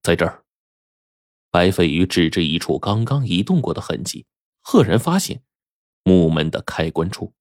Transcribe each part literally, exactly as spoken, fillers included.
在这儿。白飞鱼指着一处刚刚移动过的痕迹，赫然发现木门的开关处。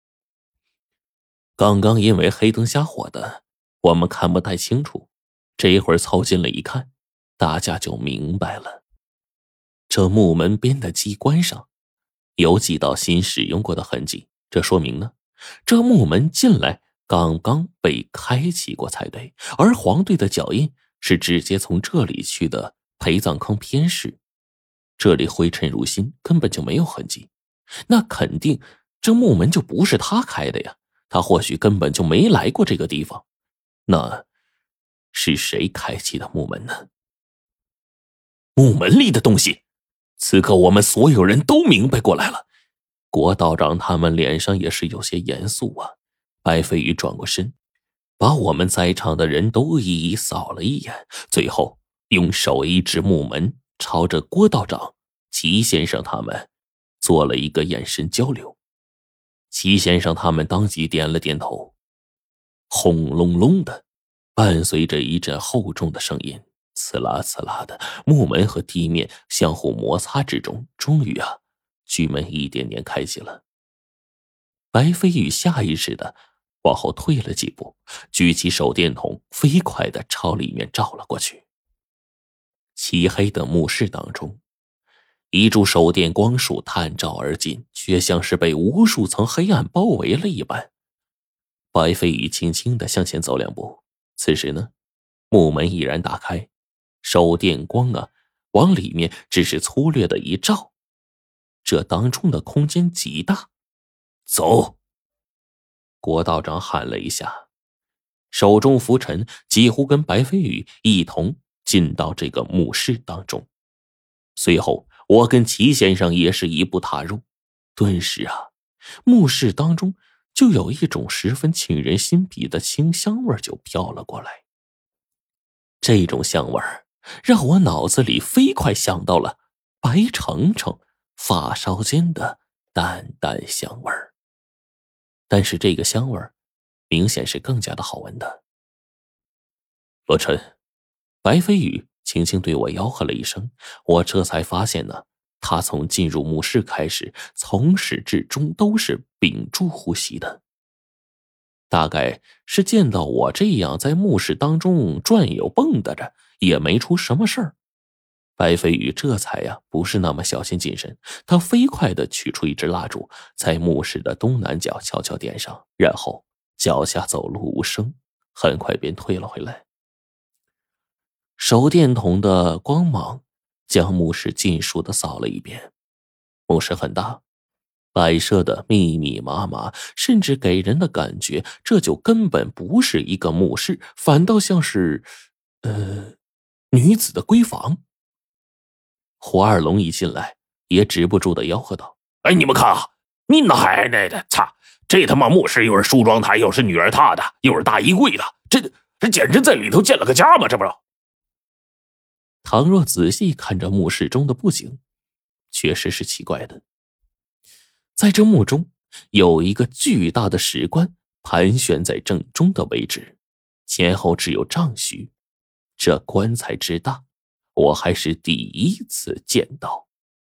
刚刚因为黑灯瞎火的，我们看不太清楚，这一会儿凑近了一看，大家就明白了。这木门边的机关上有几道新使用过的痕迹，这说明呢，这木门进来刚刚被开启过才对，而黄队的脚印是直接从这里去的陪葬坑偏室，这里灰尘如新，根本就没有痕迹，那肯定这木门就不是他开的呀，他或许根本就没来过这个地方，那是谁开启的木门呢？木门里的东西，此刻我们所有人都明白过来了。郭道长他们脸上也是有些严肃啊。白飞宇转过身，把我们在场的人都一一扫了一眼，最后用手一指木门，朝着郭道长、齐先生他们做了一个眼神交流。齐先生他们当即点了点头。轰隆隆的，伴随着一阵厚重的声音，刺啦刺啦的，木门和地面相互摩擦之中，终于啊，巨门一点点开启了。白飞宇下意识的往后退了几步，举起手电筒，飞快的朝里面照了过去。漆黑的墓室当中，一柱手电光束探照而进，却像是被无数层黑暗包围了一般。白飞宇轻轻的向前走两步，此时呢，木门已然打开，手电光啊，往里面只是粗略的一照，这当中的空间极大。走！郭道长喊了一下，手中拂尘几乎跟白飞宇一同进到这个墓室当中。随后我跟齐先生也是一步踏入，顿时啊，墓室当中就有一种十分沁人心脾的清香味就飘了过来。这种香味让我脑子里飞快想到了白程程发梢间的淡淡香味儿，但是这个香味儿明显是更加的好闻的。罗晨，白飞宇轻轻对我吆喝了一声，我这才发现呢，他从进入墓室开始，从始至终都是屏住呼吸的。大概是见到我这样在墓室当中转悠蹦跶着，也没出什么事儿。白飞宇这才呀、啊、不是那么小心谨慎，他飞快地取出一支蜡烛，在墓室的东南角悄悄点上，然后脚下走路无声，很快便退了回来。手电筒的光芒将墓室尽数的扫了一遍。墓室很大，摆设的密密麻麻，甚至给人的感觉这就根本不是一个墓室，反倒像是呃女子的闺房。胡二龙一进来也止不住的吆喝道： 哎，你们看啊，你奶奶的，擦，这他妈墓室又是梳妆台，又是女儿榻的，又是大衣柜的，这这简直在里头建了个家嘛，这不是？ 倘若仔细看着墓室中的布景，确实是奇怪的。在这墓中有一个巨大的石棺盘旋在正中的位置，前后只有丈许，这棺材之大，我还是第一次见到。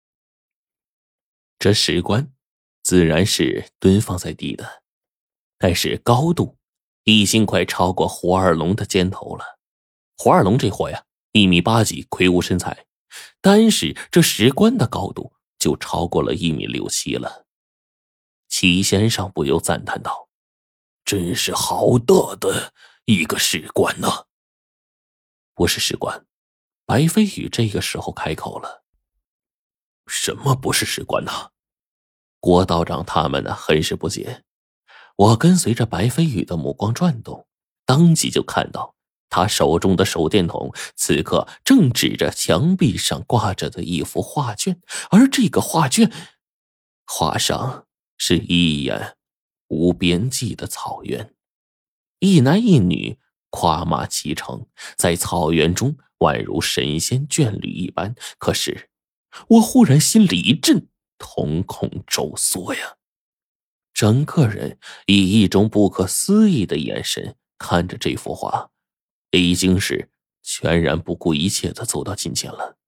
这石棺自然是蹲放在地的，但是高度已经快超过胡二龙的肩头了。胡二龙这货呀，一米八几，魁梧身材，单是这石棺的高度就超过了一米六七了。齐先生不由赞叹道： 真是好大的一个石棺呐！ 不是石棺，白飞宇这个时候开口了。 什么不是石棺呐？ 郭道长他们呢很是不解。我跟随着白飞宇的目光转动，当即就看到他手中的手电筒此刻正指着墙壁上挂着的一幅画卷，而这个画卷画上是一眼无边际的草原，一男一女跨马骑乘，在草原中宛如神仙眷侣一般。可是我忽然心里一震，瞳孔骤缩呀，整个人以一种不可思议的眼神看着这幅画，已经是全然不顾一切地走到近前了。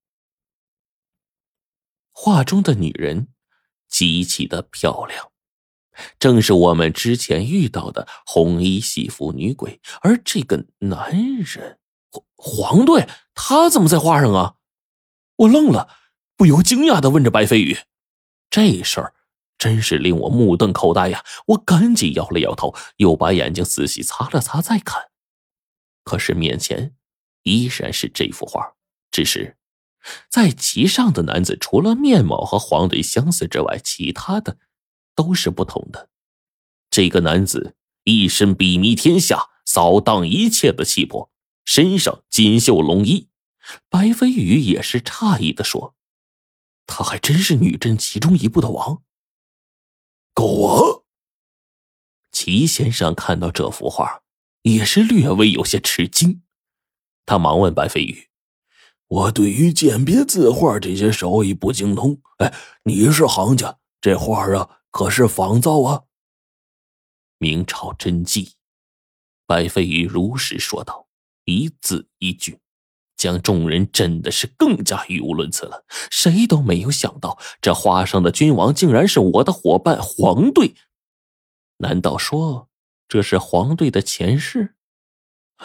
画中的女人极其的漂亮，正是我们之前遇到的红衣戏服女鬼。而这个男人黄队，他怎么在画上啊？我愣了，不由惊讶地问着白飞宇。这事儿真是令我目瞪口呆呀！我赶紧摇了摇头，又把眼睛仔细擦了擦再看。可是面前依然是这幅画，只是在其上的男子除了面貌和黄队相似之外，其他的都是不同的。这个男子一身比弥天下，扫荡一切的气魄，身上锦绣龙衣。白飞宇也是诧异地说，他还真是女真其中一部的王。 狗王！ 齐先生看到这幅画也是略微有些吃惊，他忙问白飞宇， 我对于鉴别字画这些手艺不精通，哎，你是行家，这画啊可是仿造啊？ 明朝真迹。白飞宇如实说道，一字一句，将众人震的是更加语无伦次了。谁都没有想到，这画上的君王竟然是我的伙伴黄队。难道说这是黄队的前世？ 哎，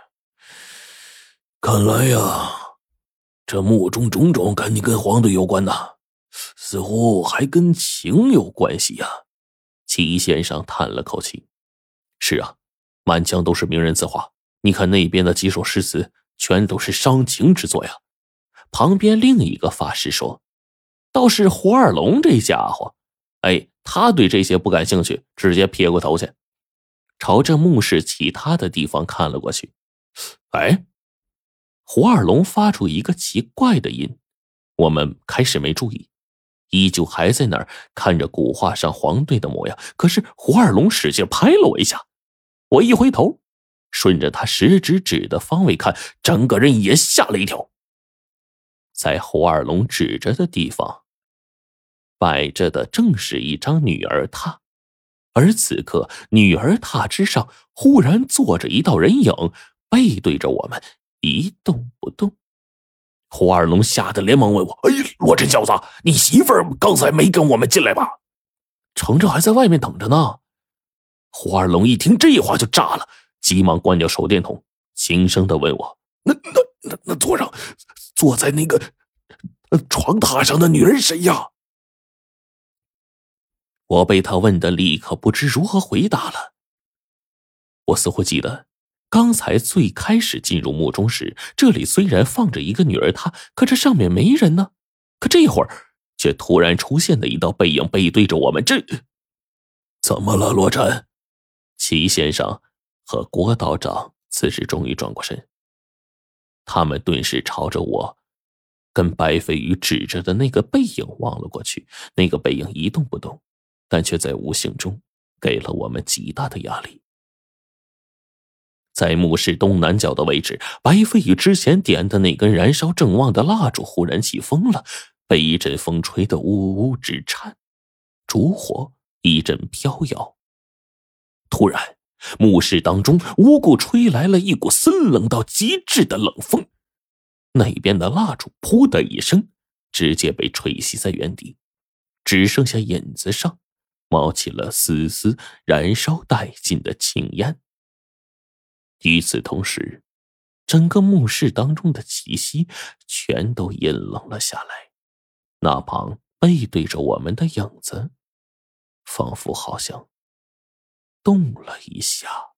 看来呀，这墓中种种跟你跟黄队有关呐，似乎还跟情有关系呀。 齐先生叹了口气，是啊，满腔都是名人字画，你看那边的几首诗词全都是伤情之作呀。旁边另一个法师说，倒是胡二龙这家伙，哎，他对这些不感兴趣，直接撇过头去，朝着墓室其他的地方看了过去。哎，胡二龙发出一个奇怪的音，我们开始没注意，依旧还在那儿看着古画上黄队的模样。可是胡二龙使劲拍了我一下，我一回头，顺着他食指指的方位看，整个人也吓了一跳。在胡二龙指着的地方摆着的正是一张女儿榻，而此刻女儿榻之上忽然坐着一道人影，背对着我们一动不动。 胡二龙吓得连忙问我，哎，罗真小子，你媳妇儿刚才没跟我们进来吧？ 程程还在外面等着呢。 胡二龙一听这话就炸了，急忙关掉手电筒，轻声地问我，那那那那坐上坐在那个床榻上的女人谁呀？ 我被他问得立刻不知如何回答了。我似乎记得刚才最开始进入墓中时，这里虽然放着一个女儿榻，可这上面没人呢。可这会儿却突然出现的一道背影背对着我们，这怎么了，罗晨？ 齐先生和郭道长此时终于转过身，他们顿时朝着我跟白飞宇指着的那个背影望了过去。那个背影一动不动，但却在无形中给了我们极大的压力。在墓室东南角的位置，白飞宇之前点的那根燃烧正旺的蜡烛忽然起风了，被一阵风吹得呜呜直颤，烛火一阵飘摇。突然，墓室当中无故吹来了一股森冷到极致的冷风，那边的蜡烛噗的一声直接被吹熄在原地，只剩下引子上冒起了丝丝燃烧殆尽的青烟。与此同时，整个墓室当中的气息全都阴冷了下来，那旁背对着我们的影子仿佛好像动了一下。